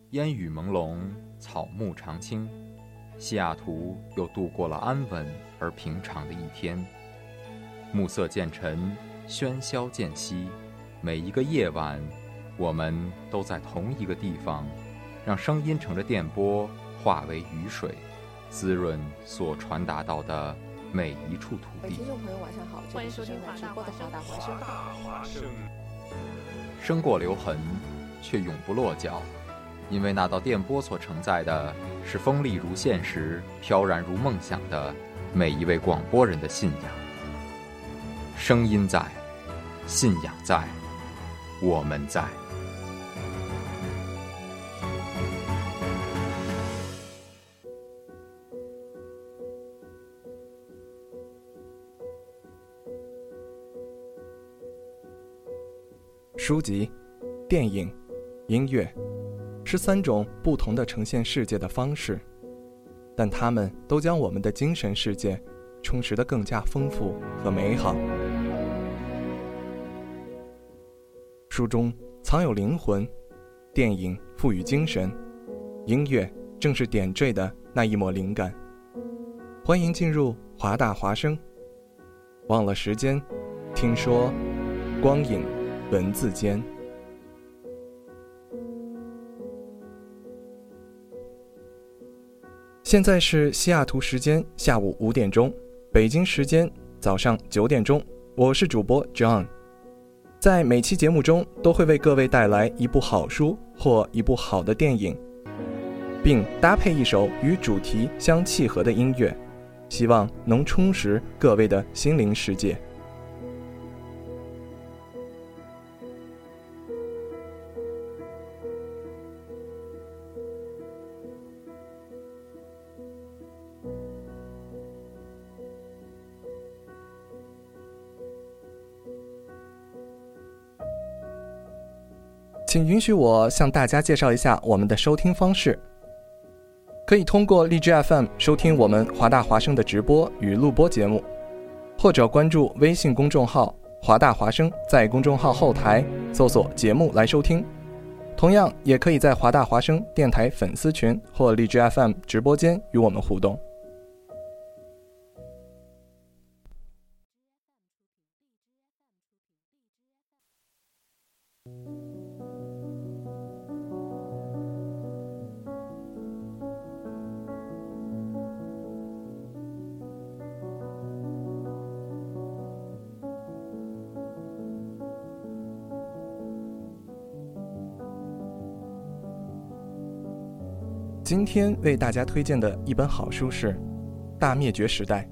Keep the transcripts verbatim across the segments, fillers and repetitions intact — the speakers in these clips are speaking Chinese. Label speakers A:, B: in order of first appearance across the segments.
A: 烟雨朦胧，草木常青，西雅图又度过了安稳而平常的一天。暮色渐沉，喧嚣渐息，每一个夜晚，我们都在同一个地方，让声音乘着电波化为雨水，滋润所传达到的每一处土地。
B: 听众朋友晚上好，
C: 欢迎收听华大华声。
B: 华声
A: 生过留痕，却永不落脚，因为那道电波所承载的是锋利如现实、飘然如梦想的每一位广播人的信仰。声音在，信仰在，我们在。
D: 书籍、电影、音乐是三种不同的呈现世界的方式，但它们都将我们的精神世界充实得更加丰富和美好。书中藏有灵魂，电影赋予精神，音乐正是点缀的那一抹灵感。欢迎进入华大华声，忘了时间，听说光影文字间。现在是西雅图时间下午五点钟，北京时间早上九点钟。我是主播 John， 在每期节目中都会为各位带来一部好书或一部好的电影，并搭配一首与主题相契合的音乐，希望能充实各位的心灵世界。请允许我向大家介绍一下我们的收听方式。可以通过荔枝 F M 收听我们华大华声的直播与录播节目，或者关注微信公众号华大华声，在公众号后台搜索节目来收听。同样也可以在华大华声电台粉丝群或荔枝 F M 直播间与我们互动。今天为大家推荐的一本好书是《大灭绝时代》。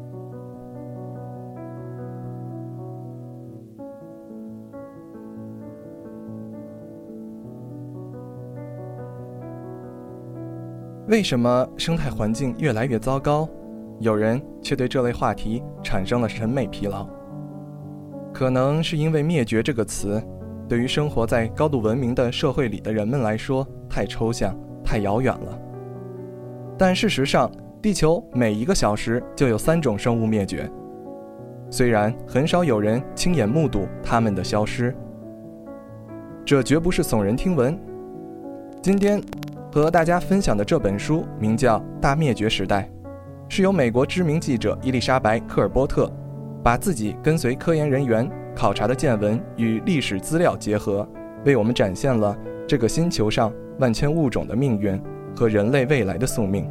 D: 为什么生态环境越来越糟糕，有人却对这类话题产生了审美疲劳？可能是因为灭绝这个词，对于生活在高度文明的社会里的人们来说太抽象太遥远了。但事实上，地球每一个小时就有三种生物灭绝，虽然很少有人亲眼目睹它们的消失。这绝不是耸人听闻。今天和大家分享的这本书名叫《大灭绝时代》，是由美国知名记者伊丽莎白·科尔波特把自己跟随科研人员考察的见闻与历史资料结合，为我们展现了这个星球上万千物种的命运和人类未来的宿命。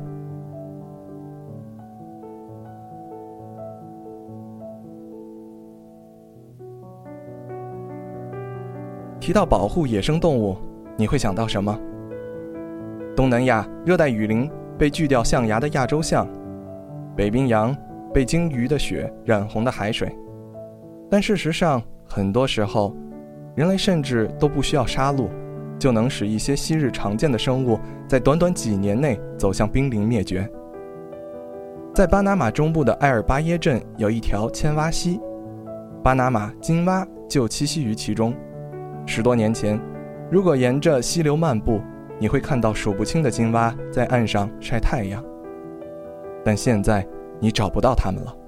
D: 提到保护野生动物，你会想到什么？东南亚热带雨林被锯掉象牙的亚洲象，北冰洋被鲸鱼的血染红的海水。但事实上，很多时候人类甚至都不需要杀戮，就能使一些昔日常见的生物在短短几年内走向濒临灭绝。在巴拿马中部的埃尔巴耶镇有一条千蛙溪，巴拿马金蛙就栖息于其中。十多年前，如果沿着溪流漫步，你会看到数不清的金蛙在岸上晒太阳，但现在你找不到它们了。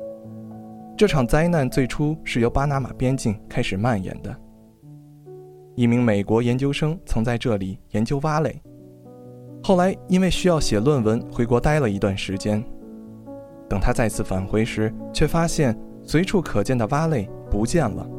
D: 这场灾难最初是由巴拿马边境开始蔓延的。 一名美国研究生曾在这里研究蛙类，后来因为需要写论文回国待了一段时间。等他再次返回时，却发现随处可见的蛙类不见了。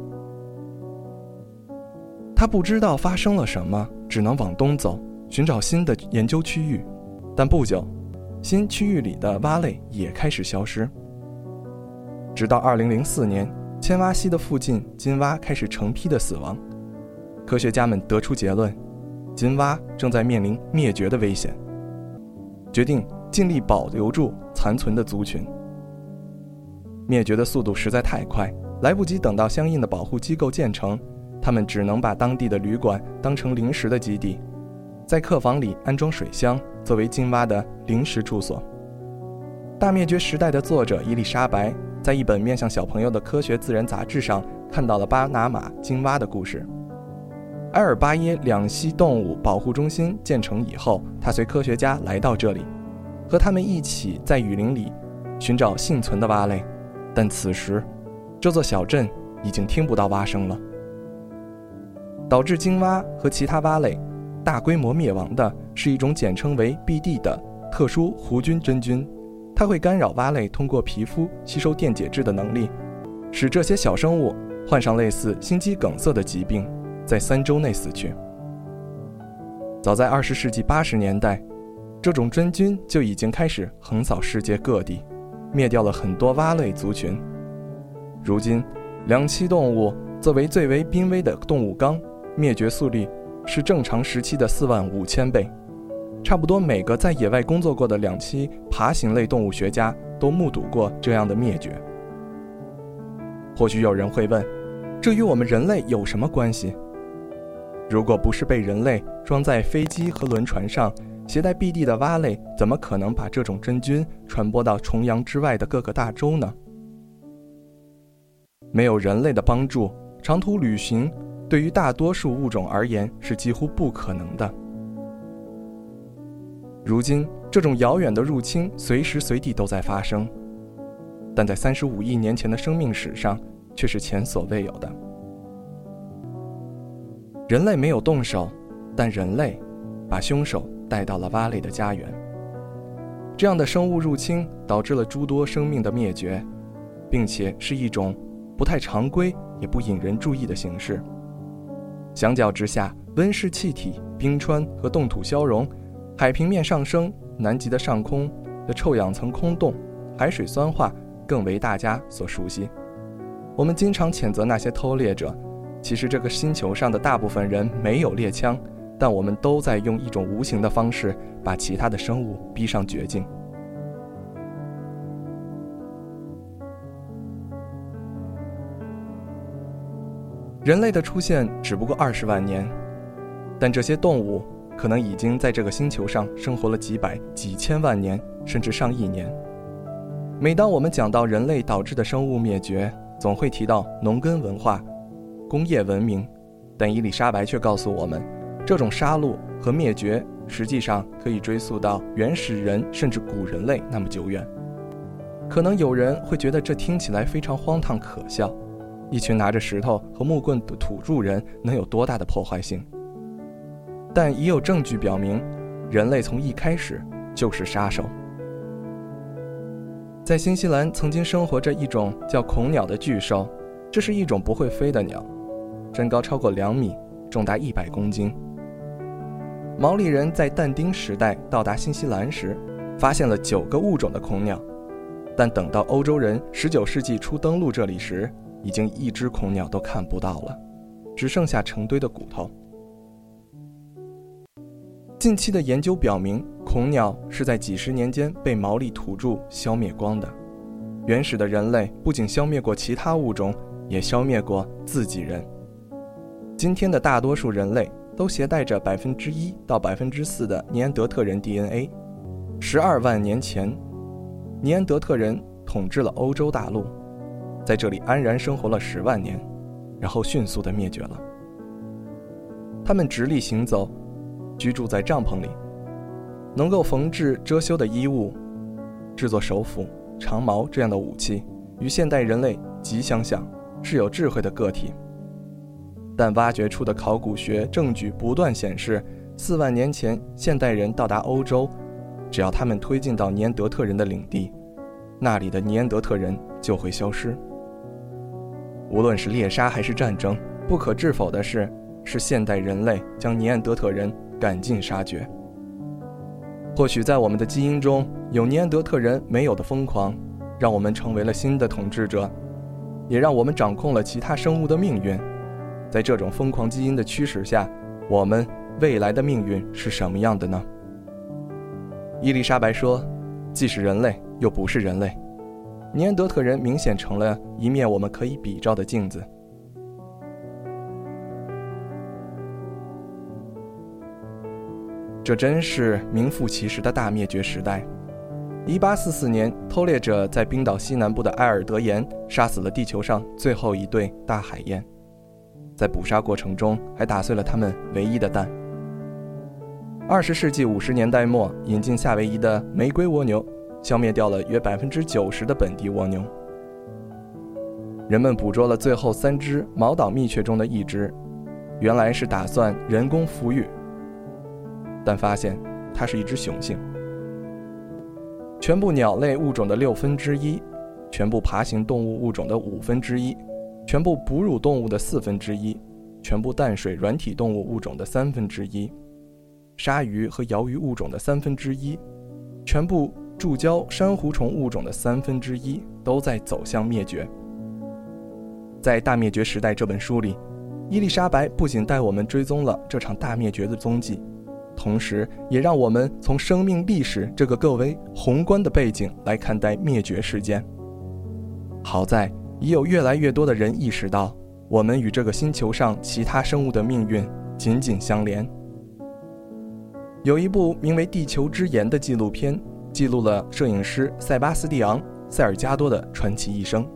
D: 他不知道发生了什么，只能往东走，寻找新的研究区域。但不久，新区域里的蛙类也开始消失。直到二零零四年，千蛙溪的附近金蛙开始成批的死亡。科学家们得出结论，金蛙正在面临灭绝的危险，决定尽力保留住残存的族群。灭绝的速度实在太快，来不及等到相应的保护机构建成，他们只能把当地的旅馆当成临时的基地，在客房里安装水箱，作为金蛙的临时住所。大灭绝时代的作者伊丽莎白在一本面向小朋友的科学自然杂志上看到了巴拿马金蛙的故事。埃尔巴耶两栖动物保护中心建成以后，他随科学家来到这里，和他们一起在雨林里寻找幸存的蛙类。但此时这座小镇已经听不到蛙声了。导致金蛙和其他蛙类大规模灭亡的是一种简称为 B D 的特殊弧菌真菌，它会干扰蛙类通过皮肤吸收电解质的能力，使这些小生物患上类似心肌梗塞的疾病，在三周内死去。早在二十世纪八十年代，这种真菌就已经开始横扫世界各地，灭掉了很多蛙类族群。如今，两栖动物作为最为濒危的动物纲，灭绝速率是正常时期的四万五千倍，差不多每个在野外工作过的两栖爬行类动物学家都目睹过这样的灭绝。或许有人会问，这与我们人类有什么关系？如果不是被人类装在飞机和轮船上携带 B D 的蛙类，怎么可能把这种真菌传播到重洋之外的各个大洲呢？没有人类的帮助，长途旅行对于大多数物种而言是几乎不可能的。如今，这种遥远的入侵随时随地都在发生，但在三十五亿年前的生命史上却是前所未有的。人类没有动手，但人类把凶手带到了蛙类的家园。这样的生物入侵导致了诸多生命的灭绝，并且是一种不太常规也不引人注意的形式。相较之下，温室气体、冰川和冻土消融，海平面上升，南极的上空的臭氧层空洞，海水酸化更为大家所熟悉。我们经常谴责那些偷猎者，其实这个星球上的大部分人没有猎枪，但我们都在用一种无形的方式把其他的生物逼上绝境。人类的出现只不过二十万年，但这些动物可能已经在这个星球上生活了几百、几千万年，甚至上亿年。每当我们讲到人类导致的生物灭绝，总会提到农耕文化、工业文明，但伊丽莎白却告诉我们，这种杀戮和灭绝实际上可以追溯到原始人甚至古人类那么久远。可能有人会觉得这听起来非常荒唐可笑，一群拿着石头和木棍的土著人能有多大的破坏性？但已有证据表明，人类从一开始就是杀手。在新西兰曾经生活着一种叫恐鸟的巨兽，这是一种不会飞的鸟，身高超过两米，重达一百公斤。毛利人在但丁时代到达新西兰时，发现了九个物种的恐鸟，但等到欧洲人十九世纪初登陆这里时，已经一只恐鸟都看不到了，只剩下成堆的骨头。近期的研究表明，恐鸟是在几十年间被毛利土著消灭光的。原始的人类不仅消灭过其他物种，也消灭过自己人。今天的大多数人类都携带着百分之一到百分之四的尼安德特人 D N A。十二万年前，尼安德特人统治了欧洲大陆，在这里安然生活了十万年，然后迅速地灭绝了。他们直立行走，居住在帐篷里，能够缝制遮羞的衣物，制作手斧、长矛这样的武器，与现代人类极相像，是有智慧的个体。 但挖掘出的考古学证据不断显示，四万年前现代人到达欧洲，只要他们推进到尼安德特人的领地，那里的尼安德特人就会消失。无论是猎杀还是战争，不可置否的是，是现代人类将尼安德特人赶尽杀绝。或许在我们的基因中有尼安德特人没有的疯狂，让我们成为了新的统治者，也让我们掌控了其他生物的命运。在这种疯狂基因的驱使下，我们未来的命运是什么样的呢？伊丽莎白说，既是人类又不是人类，尼安德特人明显成了一面我们可以比照的镜子。这真是名副其实的大灭绝时代。一八四四年，偷猎者在冰岛西南部的埃尔德岩杀死了地球上最后一对大海燕，在捕杀过程中还打碎了它们唯一的蛋。二十世纪五十年代末，引进夏威夷的玫瑰蜗牛，消灭掉了约百分之九十的本地蜗牛。人们捕捉了最后三只毛岛蜜雀中的一只，原来是打算人工孵育，但发现它是一只雄性。全部鸟类物种的六分之一，全部爬行动物物种的五分之一，全部哺乳动物的四分之一，全部淡水软体动物物种的三分之一，鲨鱼和鳐鱼物种的三分之一，全部柱礁珊瑚虫物种的三分之一都在走向灭绝。在《大灭绝时代》这本书里，伊丽莎白不仅带我们追踪了这场大灭绝的踪迹，同时也让我们从生命历史这个更为宏观的背景来看待灭绝事件。好在已有越来越多的人意识到，我们与这个星球上其他生物的命运紧紧相连。有一部名为《地球之眼》的纪录片，记录了摄影师塞巴斯蒂昂·塞尔加多的传奇一生。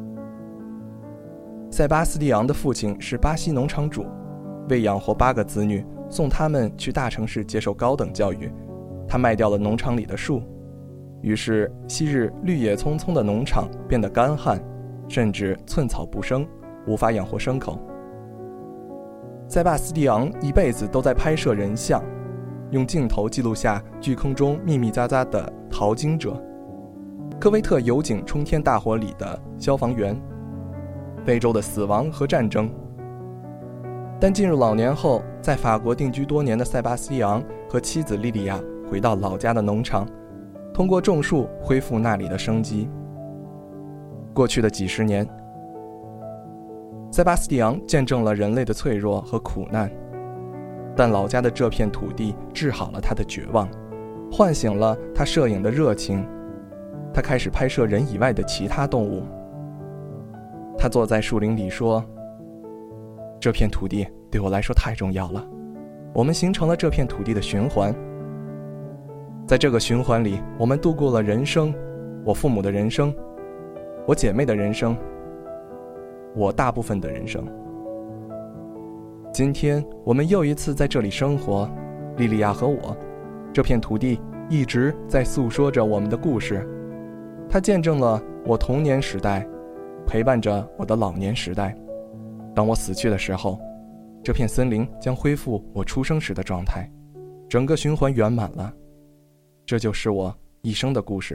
D: 塞巴斯蒂昂的父亲是巴西农场主，为养活八个子女，送他们去大城市接受高等教育，他卖掉了农场里的树，于是昔日绿野葱葱的农场变得干旱，甚至寸草不生，无法养活牲口。塞巴斯蒂昂一辈子都在拍摄人像，用镜头记录下巨坑中密密匝匝的淘金者，科威特油井冲天大火里的消防员，非洲的死亡和战争。但进入老年后，在法国定居多年的塞巴斯蒂昂和妻子莉莉亚回到老家的农场，通过种树恢复那里的生机。过去的几十年，塞巴斯蒂昂见证了人类的脆弱和苦难，但老家的这片土地治好了他的绝望，唤醒了他摄影的热情。他开始拍摄人以外的其他动物。他坐在树林里说，这片土地对我来说太重要了，我们形成了这片土地的循环。在这个循环里，我们度过了人生，我父母的人生，我姐妹的人生，我大部分的人生。今天我们又一次在这里生活，莉莉亚和我，这片土地一直在诉说着我们的故事。它见证了我童年时代，陪伴着我的老年时代。当我死去的时候，这片森林将恢复我出生时的状态，整个循环圆满了。这就是我一生的故事。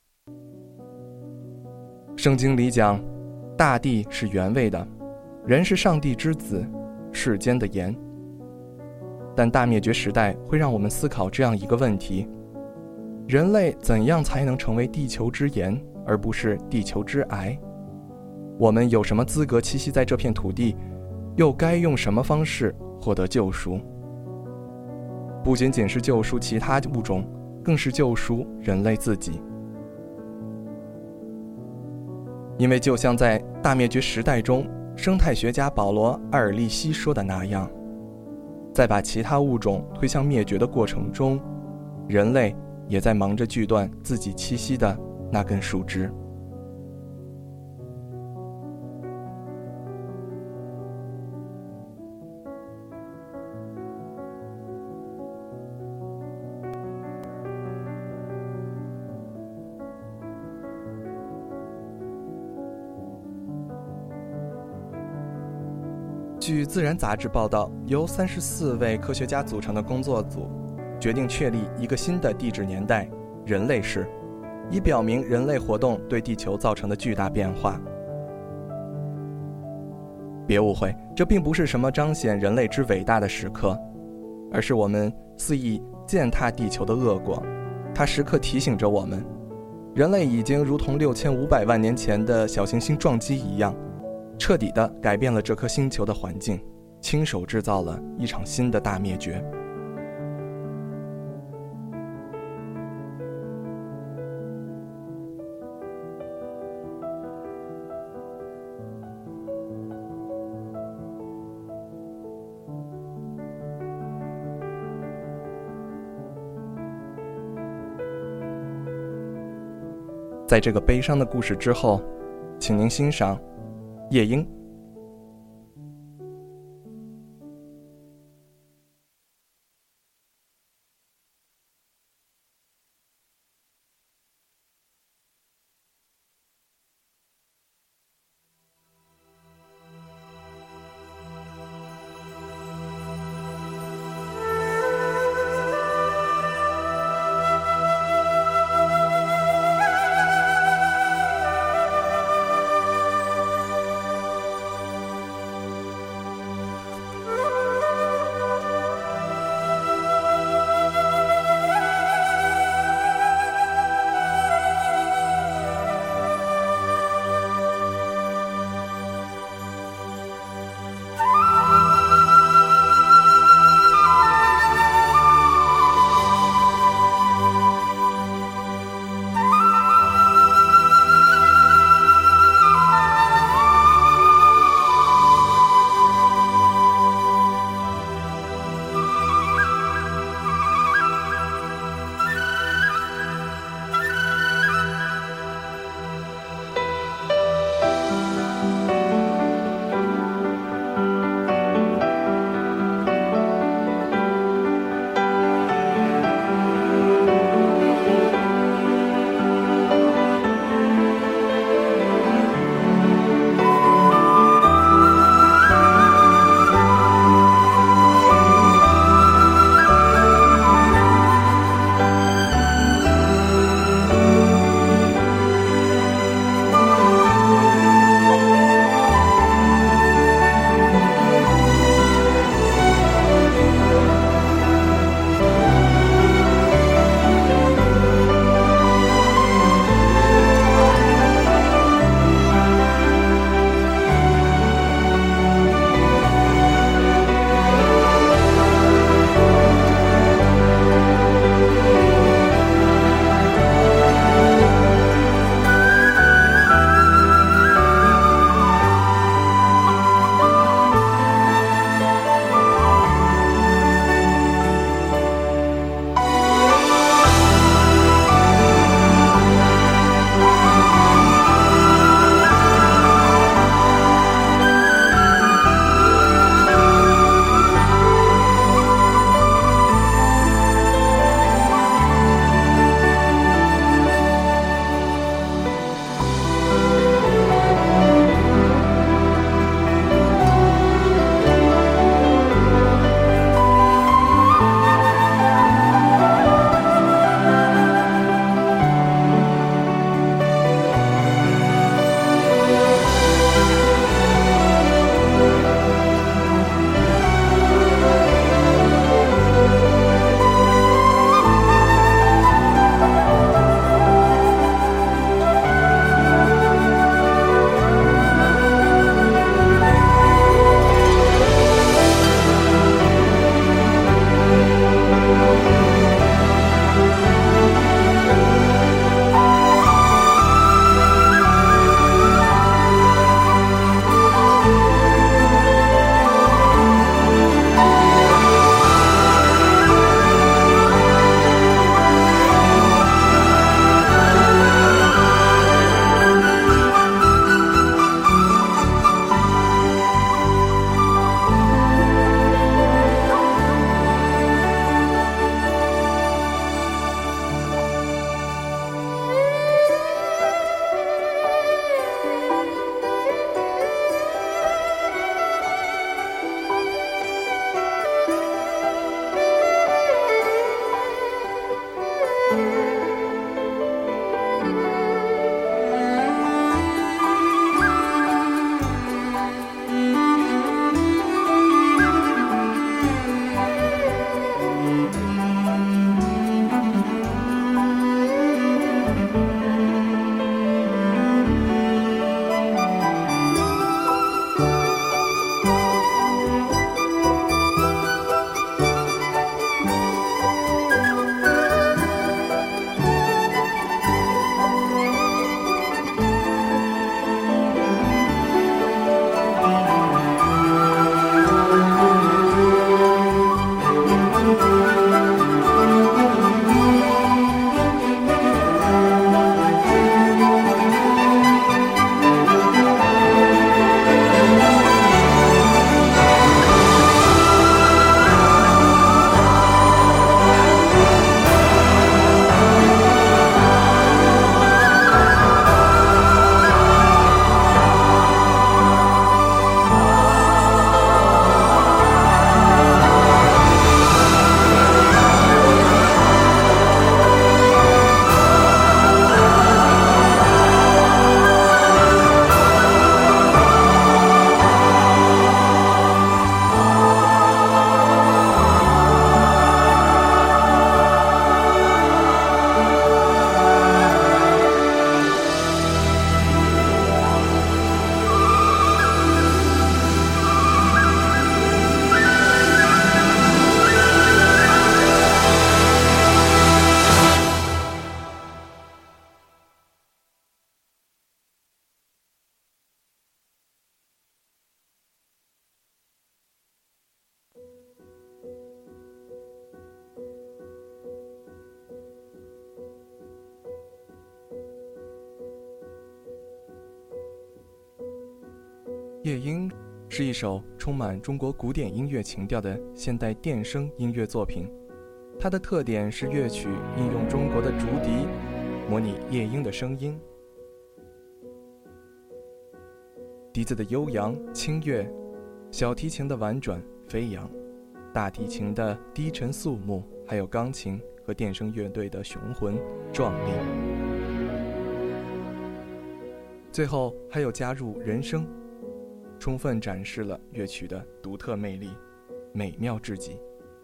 D: 圣经里讲，大地是原味的，人是上帝之子，世间的盐。但大灭绝时代会让我们思考这样一个问题：人类怎样才能成为地球之盐，而不是地球之癌？我们有什么资格栖息在这片土地，又该用什么方式获得救赎？不仅仅是救赎其他物种，更是救赎人类自己。因为就像在大灭绝时代中，生态学家保罗·埃尔利希说的那样，在把其他物种推向灭绝的过程中，人类也在忙着锯断自己栖息的那根树枝。 据《自然》杂志报道，由三十四位科学家组成的工作组决定确立一个新的地质年代——人类世，以表明人类活动对地球造成的巨大变化。别误会，这并不是什么彰显人类之伟大的时刻，而是我们肆意践踏地球的恶果。它时刻提醒着我们，人类已经如同六千五百万年前的小行星撞击一样，彻底地改变了这颗星球的环境，亲手制造了一场新的大灭绝。在这个悲伤的故事之后，请您欣赏《夜莺》。 夜莺是一首充满中国古典音乐情调的现代电声音乐作品，它的特点是乐曲应用中国的竹笛，模拟夜莺的声音。笛子的悠扬清越，小提琴的婉转飞扬，大提琴的低沉肃穆，还有钢琴和电声乐队的雄浑壮丽。最后还有加入人声，充分展示了乐曲的独特魅力，美妙至极。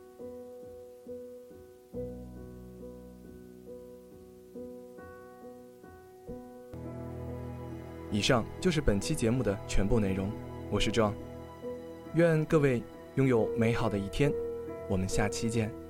D: 以上就是本期节目的全部内容，我是John，愿各位拥有美好的一天，我们下期见。